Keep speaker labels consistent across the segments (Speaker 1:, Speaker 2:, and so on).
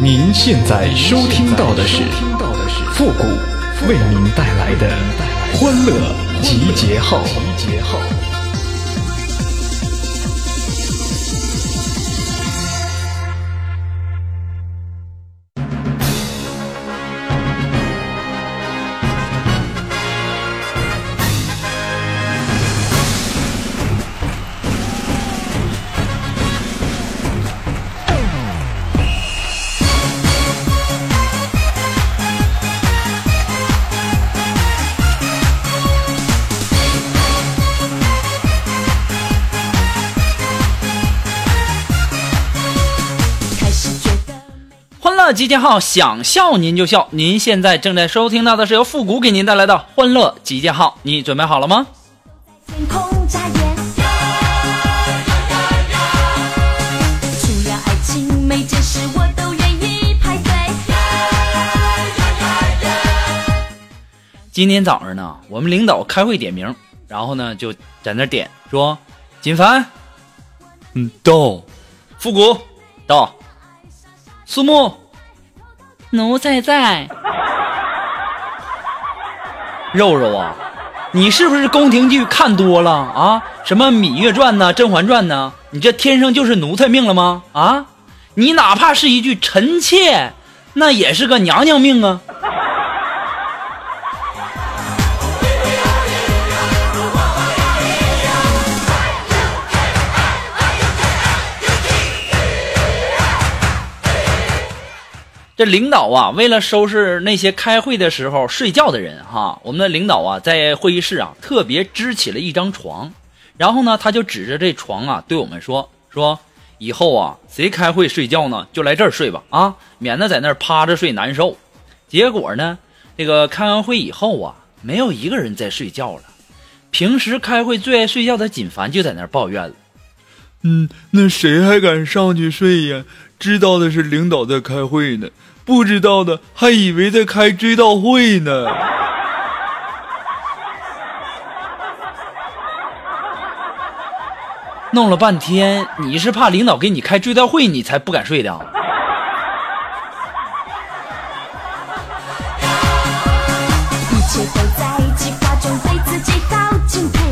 Speaker 1: 您现在收听到的是复古为您带来的欢乐集结号。
Speaker 2: 集结号，想笑您就笑。您现在正在收听到的是由复古给您带来的欢乐集结号，你准备好了吗？
Speaker 3: 天空眨眼，除了爱情每件事我都愿意排队。
Speaker 2: 今天早上呢，我们领导开会点名，然后呢就在那点说，锦凡到，复古到，苏木奴在，肉肉啊，你是不是宫廷剧看多了啊？什么《芈月传》呐，《甄嬛传》呐，你这天生就是奴才命了吗？啊，你哪怕是一句臣妾，那也是个娘娘命啊。这领导啊，为了收拾那些开会的时候睡觉的人哈，我们的领导啊，在会议室啊特别支起了一张床，然后呢，他就指着这床啊对我们说以后啊，谁开会睡觉呢，就来这儿睡吧啊，免得在那儿趴着睡难受。结果呢，这个开完会以后啊，没有一个人在睡觉了。平时开会最爱睡觉的锦凡就在那儿抱怨了：
Speaker 4: 那谁还敢上去睡呀？知道的是领导在开会呢，不知道的还以为在开追悼会呢。
Speaker 2: 弄了半天，你是怕领导给你开追悼会，你才不敢睡的。
Speaker 3: 一切都在计划中，对自己好敬佩。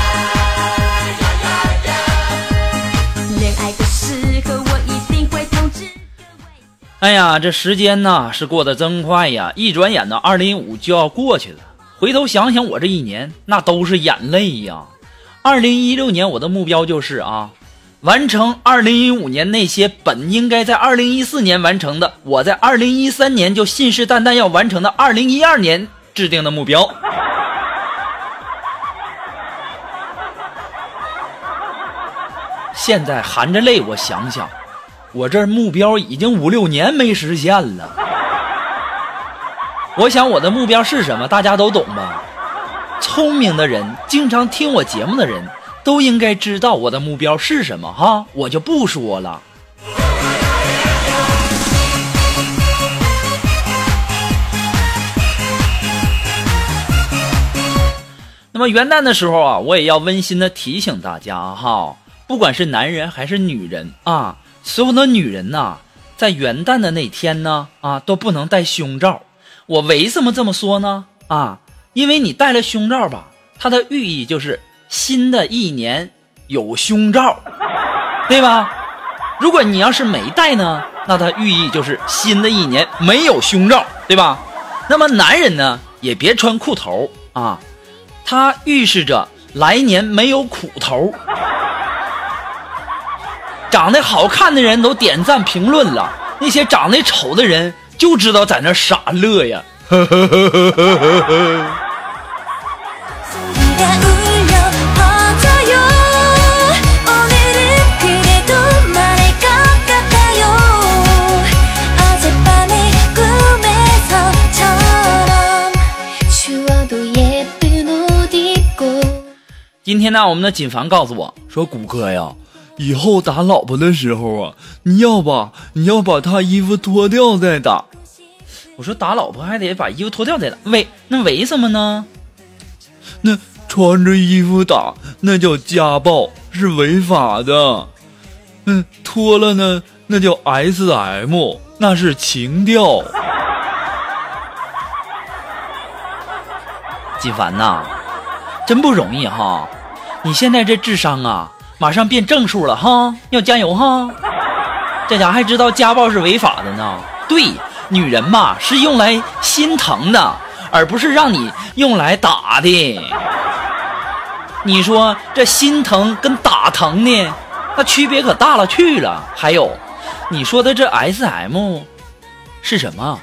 Speaker 3: 恋爱的时候，我一定会通知。
Speaker 2: 哎呀，这时间呢是过得真快呀！一转眼呢，2015就要过去了。回头想想我这一年，那都是眼泪呀。2016年我的目标就是完成2015年那些本应该在2014年完成的，我在2013年就信誓旦旦要完成的2012年制定的目标。现在含着泪，我想想，我这目标已经5、6年没实现了。我想我的目标是什么，大家都懂吧？聪明的人，经常听我节目的人都应该知道我的目标是什么哈，我就不说了。那么元旦的时候啊，我也要温馨的提醒大家哈，不管是男人还是女人啊，所有的女人呐，在元旦的那天呢都不能戴胸罩。我为什么这么说呢？因为你戴了胸罩吧，它的寓意就是新的一年有胸罩，对吧？如果你要是没戴呢，那它寓意就是新的一年没有胸罩，对吧？那么男人呢，也别穿裤头它预示着来年没有苦头。长得好看的人都点赞评论了，那些长得丑的人就知道在那傻乐呀。今天呢，我们的锦凡告诉我说，谷哥呀，
Speaker 4: 以后打老婆的时候啊，你要把她衣服脱掉再打。
Speaker 2: 我说打老婆还得把衣服脱掉再打，那为什么呢？
Speaker 4: 那穿着衣服打那叫家暴，是违法的。脱了呢那叫 SM， 那是情调。
Speaker 2: 锦凡呐，真不容易哈！你现在这智商啊，马上变正数了哈，要加油哈！这家还知道家暴是违法的呢。对，女人嘛是用来心疼的，而不是让你用来打的。你说这心疼跟打疼呢，那区别可大了去了。还有，你说的这 SM 是什么？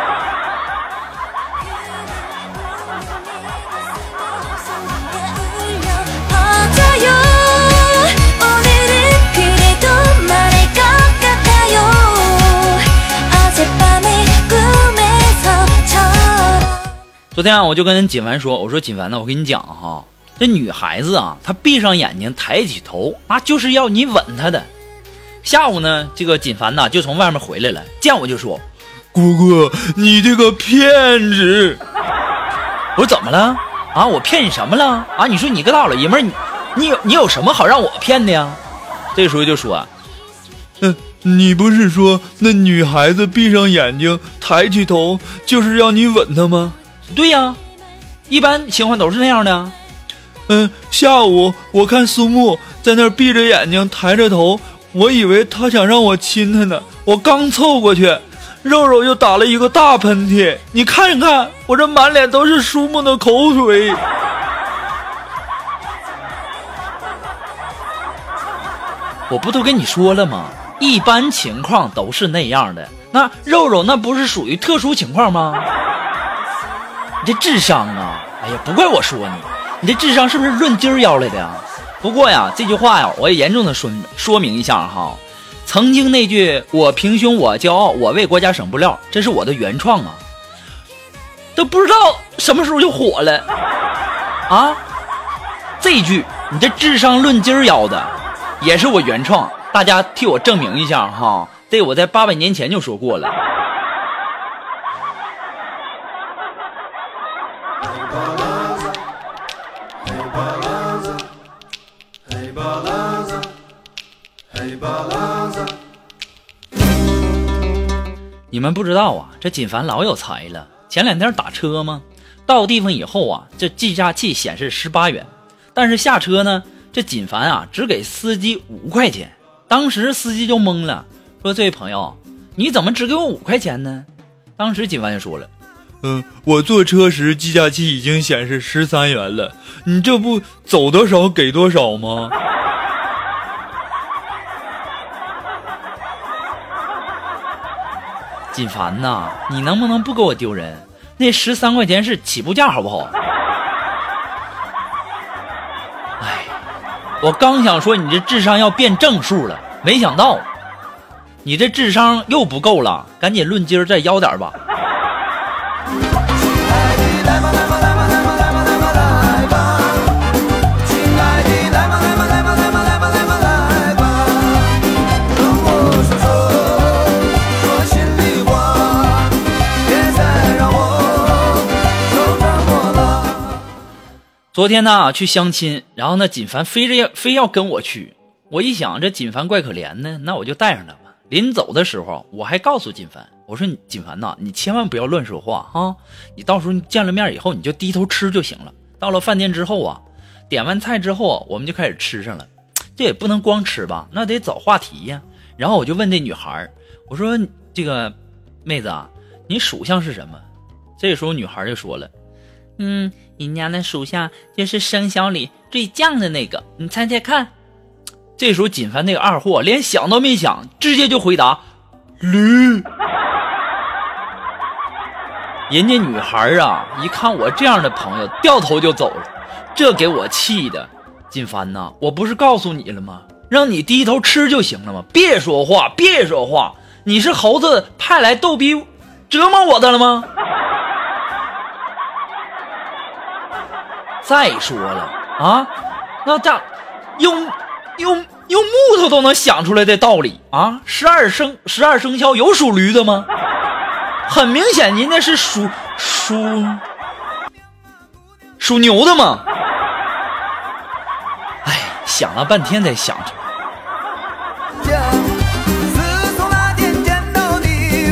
Speaker 2: 昨天啊，我就跟锦凡说，我说锦凡呢，我跟你讲哈，这女孩子啊，她闭上眼睛抬起头啊，就是要你吻她的。下午呢，这个锦凡呢就从外面回来了，见我就说：“
Speaker 4: 哥哥，你这个骗子！”
Speaker 2: 我说怎么了？啊，我骗你什么了？啊，你说你个大老爷们儿，你有什么好让我骗的呀？这时候就说：“
Speaker 4: 你不是说那女孩子闭上眼睛抬起头就是让你吻她吗？”
Speaker 2: 对呀，一般情况都是那样的。
Speaker 4: 下午我看苏木在那儿闭着眼睛抬着头，我以为他想让我亲他呢，我刚凑过去，肉肉又打了一个大喷嚏，你看看我这满脸都是苏木的口水。
Speaker 2: 我不都跟你说了吗？一般情况都是那样的。那肉肉那不是属于特殊情况吗？你这智商啊，哎呀，不怪我说你这智商是不是论斤要来的呀？不过呀，这句话呀，我也严重的说明一下哈。曾经那句“我平胸我骄傲，我为国家省布料”，这是我的原创啊，都不知道什么时候就火了啊！这句你这智商论斤要的，也是我原创，大家替我证明一下哈。这我在800年前就说过了。你们不知道啊，这锦凡老有才了。前2天打车嘛，到地方以后啊，这计价器显示18元，但是下车呢，这锦凡啊只给司机5块钱。当时司机就懵了，说：“这位朋友，你怎么只给我5块钱呢？”当时锦凡就说了：“
Speaker 4: 我坐车时计价器已经显示13元了，你这不走多少给多少吗？”
Speaker 2: 锦凡呐，你能不能不给我丢人？那13块钱是起步价好不好？哎，我刚想说你这智商要变正数了，没想到你这智商又不够了，赶紧论斤再要点吧。昨天呢去相亲，然后呢锦凡非要跟我去，我一想这锦凡怪可怜呢，那我就带上他吧。临走的时候我还告诉锦凡，我说锦凡呐，你千万不要乱说话啊，你到时候见了面以后你就低头吃就行了。到了饭店之后啊，点完菜之后我们就开始吃上了，这也不能光吃吧，那得找话题呀。然后我就问这女孩，我说这个妹子啊，你属相是什么？这时候女孩就说了，人家那属相就是生肖里最犟的那个，你猜猜看。这时候锦凡那个二货连想都没想，直接就回答驴。人家女孩啊一看我这样的朋友掉头就走了，这给我气的。锦凡呐，我不是告诉你了吗，让你低头吃就行了吗？别说话别说话，你是猴子派来逗逼折磨我的了吗？再说了啊，那这样用木头都能想出来的道理啊！12生肖有属驴的吗？很明显人家是属牛的嘛。哎，想了半天才想出来。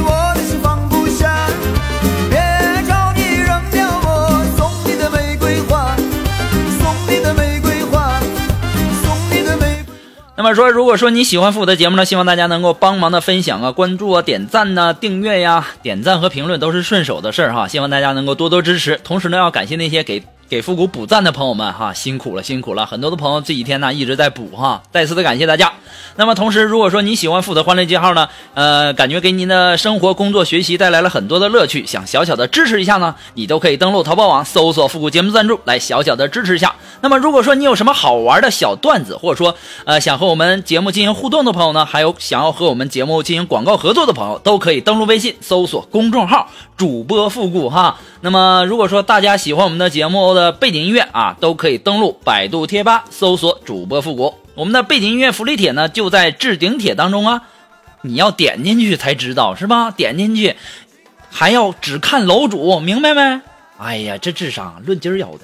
Speaker 2: 么说，如果说你喜欢复古的节目呢，希望大家能够帮忙的分享啊、关注啊、点赞呐、订阅呀、点赞和评论都是顺手的事儿哈，希望大家能够多多支持。同时呢，要感谢那些给复古补赞的朋友们哈，辛苦了，很多的朋友这几天呢一直在补哈，再次的感谢大家。那么同时，如果说你喜欢复古的欢乐记号呢，感觉给您的生活、工作、学习带来了很多的乐趣，想小小的支持一下呢，你都可以登录淘宝网搜索复古节目赞助来小小的支持一下。那么如果说你有什么好玩的小段子，或者说想和我们节目进行互动的朋友呢，还有想要和我们节目进行广告合作的朋友，都可以登录微信搜索公众号主播复古哈。那么如果说大家喜欢我们的节目的背景音乐啊，都可以登录百度贴吧搜索主播复古。我们的背景音乐福利帖呢就在置顶帖当中啊，你要点进去才知道是吧？点进去还要只看楼主，明白没？哎呀，这智商论斤腰的。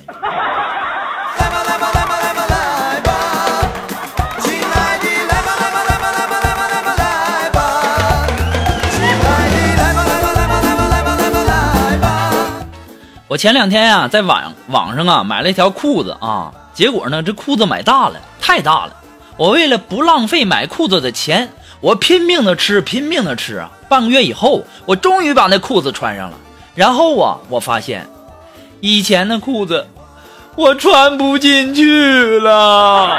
Speaker 2: 我前2天啊在网上啊买了一条裤子啊，结果呢这裤子买大了，太大了。我为了不浪费买裤子的钱，我拼命的吃啊。半个月以后，我终于把那裤子穿上了。然后啊，我发现以前的裤子我穿不进去了。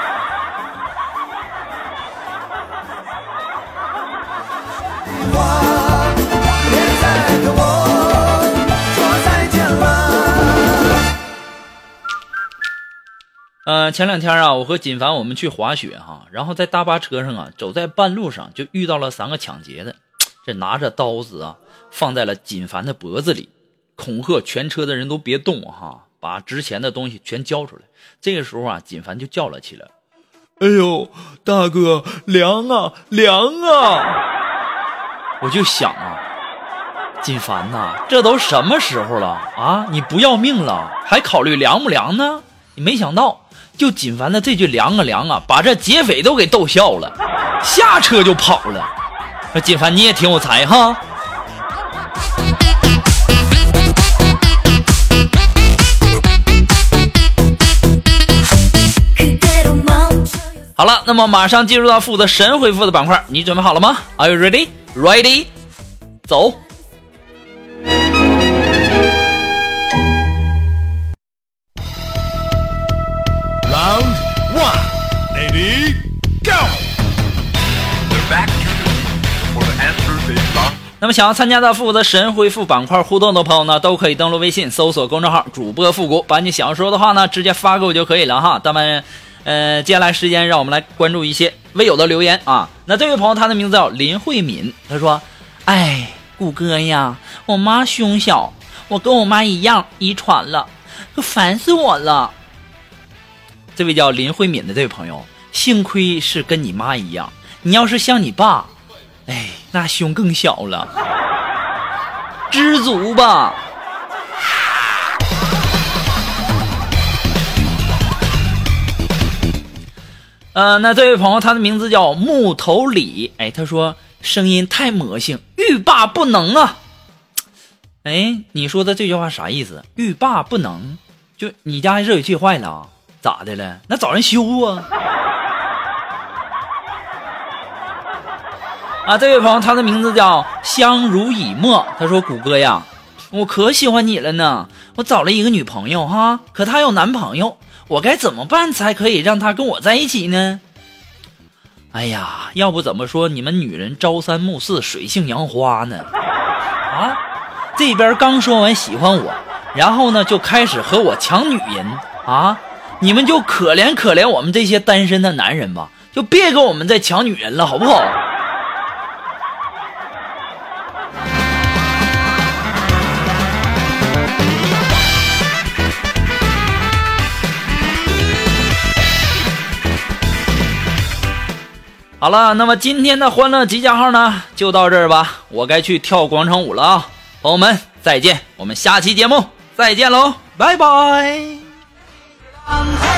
Speaker 2: 前2天啊，我和锦凡我们去滑雪哈，然后在大巴车上啊，走在半路上就遇到了3个抢劫的，这拿着刀子啊放在了锦凡的脖子里，恐吓全车的人都别动哈，把值钱的东西全交出来。这个时候啊，锦凡就叫了起来：“
Speaker 4: 哎呦，大哥，凉啊，凉啊！”
Speaker 2: 我就想啊，锦凡呐，这都什么时候了啊？你不要命了，还考虑凉不凉呢？你没想到。就锦凡的这句凉啊凉啊，把这劫匪都给逗笑了，下车就跑了。说锦凡你也挺有才哈。好了，那么马上进入到复古的神回复的板块，你准备好了吗？ Are you ready? Ready? 走。那么想要参加到复古的神回复板块互动的朋友呢，都可以登录微信搜索公众号主播复古，把你想说的话呢直接发给我就可以了哈。咱们接下来时间让我们来关注一些微友的留言啊。那这位朋友他的名字叫林慧敏，他说：哎，谷歌呀，我妈胸小，我跟我妈一样遗传了，可烦死我了。这位叫林慧敏的这位朋友，幸亏是跟你妈一样，你要是像你爸，哎，那胸更小了，知足吧。那这位朋友他的名字叫木头李，哎，他说声音太魔性，欲罢不能啊。哎，你说的这句话啥意思？欲罢不能，就你家热水器坏了，咋的了？那找人修啊。这位朋友他的名字叫相濡以沫，他说谷歌呀，我可喜欢你了呢，我找了一个女朋友哈，可她有男朋友，我该怎么办才可以让她跟我在一起呢？哎呀，要不怎么说你们女人朝三暮四，水性杨花呢？这边刚说完喜欢我，然后呢就开始和我抢女人啊！你们就可怜可怜我们这些单身的男人吧，就别跟我们再抢女人了，好不好？好了，那么今天的欢乐集结号呢就到这儿吧，我该去跳广场舞了啊！朋友们再见，我们下期节目再见喽，拜拜。